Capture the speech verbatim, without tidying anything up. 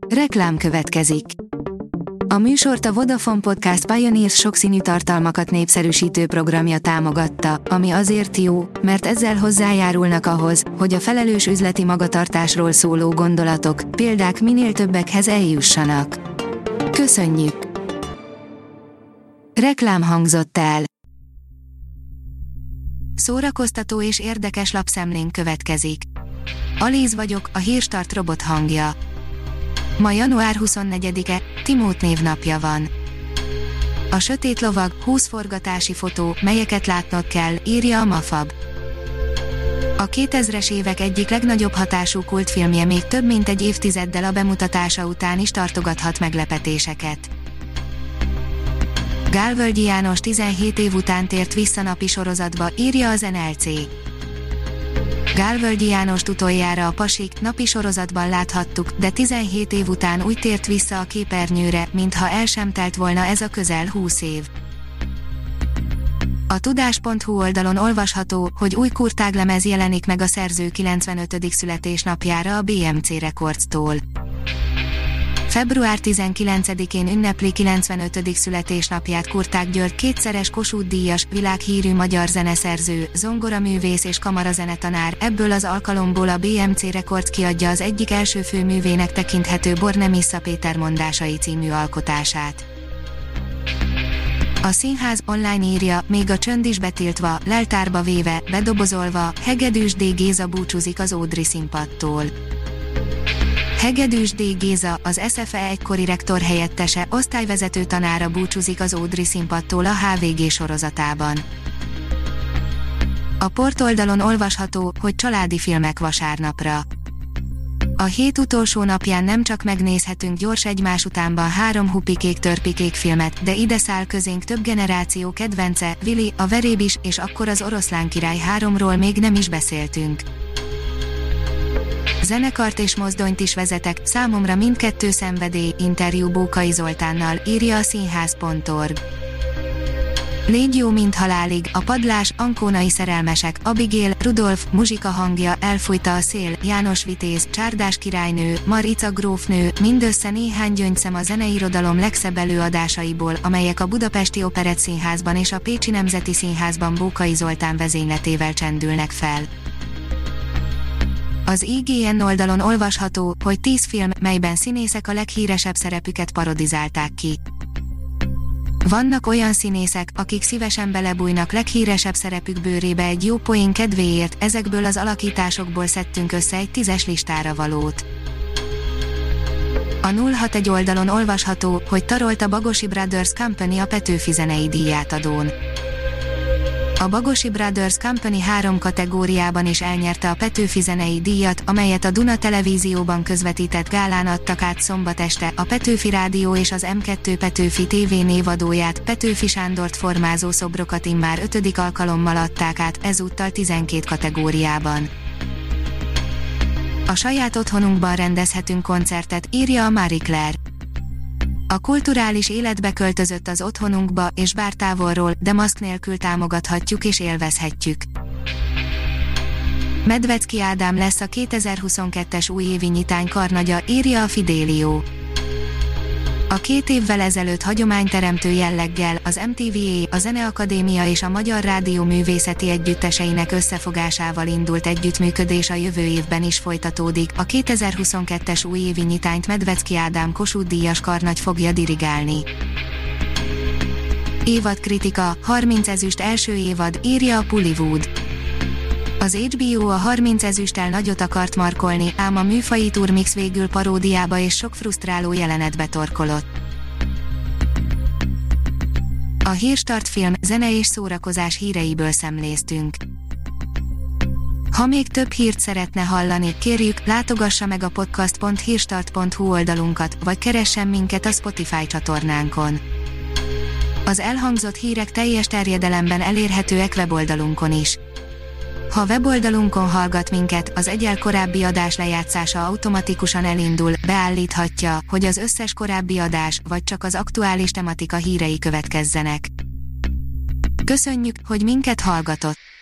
Reklám következik. A műsort a Vodafone Podcast Pioneers sokszínű tartalmakat népszerűsítő programja támogatta, ami azért jó, mert ezzel hozzájárulnak ahhoz, hogy a felelős üzleti magatartásról szóló gondolatok, példák minél többekhez eljussanak. Köszönjük! Reklám hangzott el. Szórakoztató és érdekes lapszemlénk következik. Alíz vagyok, a Hírstart robot hangja. Ma január huszonnegyedike, Timót névnapja van. A sötét lovag, húsz forgatási fotó, melyeket látnod kell, írja a Mafab. A kétezres évek egyik legnagyobb hatású kultfilmje még több mint egy évtizeddel a bemutatása után is tartogathat meglepetéseket. Gálvölgyi János tizenhét év után tért vissza napi sorozatba, írja az en el cé. Gálvölgyi Jánost utoljára a Pasik napi sorozatban láthattuk, de tizenhét év után úgy tért vissza a képernyőre, mintha el sem telt volna ez a közel húsz év. A tudás pont hu oldalon olvasható, hogy új kurtáglemez jelenik meg a szerző kilencvenötödik születésnapjára a bé em cé Recordstól. február tizenkilencedikén ünnepli kilencvenötödik születésnapját Kurtág György kétszeres Kossuth-díjas, világhírű magyar zeneszerző, zongoraművész és kamarazenetanár, ebből az alkalomból a bé em cé Records kiadja az egyik első főművének tekinthető Bor nem issza Péter mondásai című alkotását. A Színház online írja, még a csönd is betiltva, leltárba véve, bedobozolva, Hegedűs D. Géza búcsúzik az Ódri színpadtól. Hegedűs D. Géza, az es ef e egykori rektor helyettese, osztályvezető tanára búcsúzik az Ódri színpadtól a há vé gé sorozatában. A portoldalon olvasható, hogy családi filmek vasárnapra. A hét utolsó napján nem csak megnézhetünk gyors egymás utánban három hupikék-törpikék filmet, de ide száll közénk több generáció kedvence, Willy, a Verébis, és akkor az Oroszlán király háromról még nem is beszéltünk. Zenekart és mozdonyt is vezetek, számomra mindkettő szenvedély, interjú Bókai Zoltánnal, írja a színház pont org. Légy jó, mint halálig, a padlás, ankónai szerelmesek, Abigail, Rudolf, muzsika hangja, elfújta a szél, János Vitéz, Csárdás királynő, Marica grófnő, mindössze néhány gyöngyszem a zeneirodalom legszebb előadásaiból, amelyek a Budapesti Operettszínházban és a Pécsi Nemzeti Színházban Bókai Zoltán vezényletével csendülnek fel. Az i gé en oldalon olvasható, hogy tíz film, melyben színészek a leghíresebb szerepüket parodizálták ki. Vannak olyan színészek, akik szívesen belebújnak leghíresebb szerepük bőrébe egy jó poén kedvéért, ezekből az alakításokból szedtünk össze egy tízes listára valót. A nulla hatvanegy oldalon olvasható, hogy tarolt a Bagosi Brothers Company a Petőfi Zenei díjátadón. A Bagosi Brothers Company három kategóriában is elnyerte a Petőfi Zenei díjat, amelyet a Duna Televízióban közvetített gálán adtak át szombat este, a Petőfi Rádió és az em kettő Petőfi té vé névadóját, Petőfi Sándort formázó szobrokat immár ötödik alkalommal adták át, ezúttal tizenkét kategóriában. A saját otthonunkban rendezhetünk koncertet, írja a Marie Claire. A kulturális életbe költözött az otthonunkba, és bár távolról, de maszk nélkül támogathatjuk és élvezhetjük. Medvecki Ádám lesz a kétezer-huszonkettes újévi nyitány karnagya, írja a Fidelio. A két évvel ezelőtt hagyományteremtő jelleggel, az em té vé á, a Zeneakadémia és a Magyar Rádió művészeti együtteseinek összefogásával indult együttműködés a jövő évben is folytatódik. A kétezer-huszonkettes újévi nyitányt Medvecki Ádám Kossuth-díjas karnagy fogja dirigálni. Évadkritika, harminc ezüst első évad, írja a Pullywood. Az há bé o a harminc ezüsttel nagyot akart markolni, ám a műfaji turmix végül paródiába és sok frusztráló jelenetbe torkolott. A Hírstart film, zene és szórakozás híreiből szemléztünk. Ha még több hírt szeretne hallani, kérjük, látogassa meg a podcast pont hírstart pont hu oldalunkat, vagy keressen minket a Spotify csatornánkon. Az elhangzott hírek teljes terjedelemben elérhetőek weboldalunkon is. Ha weboldalunkon hallgat minket, az egyel korábbi adás lejátszása automatikusan elindul, beállíthatja, hogy az összes korábbi adás, vagy csak az aktuális tematika hírei következzenek. Köszönjük, hogy minket hallgatott!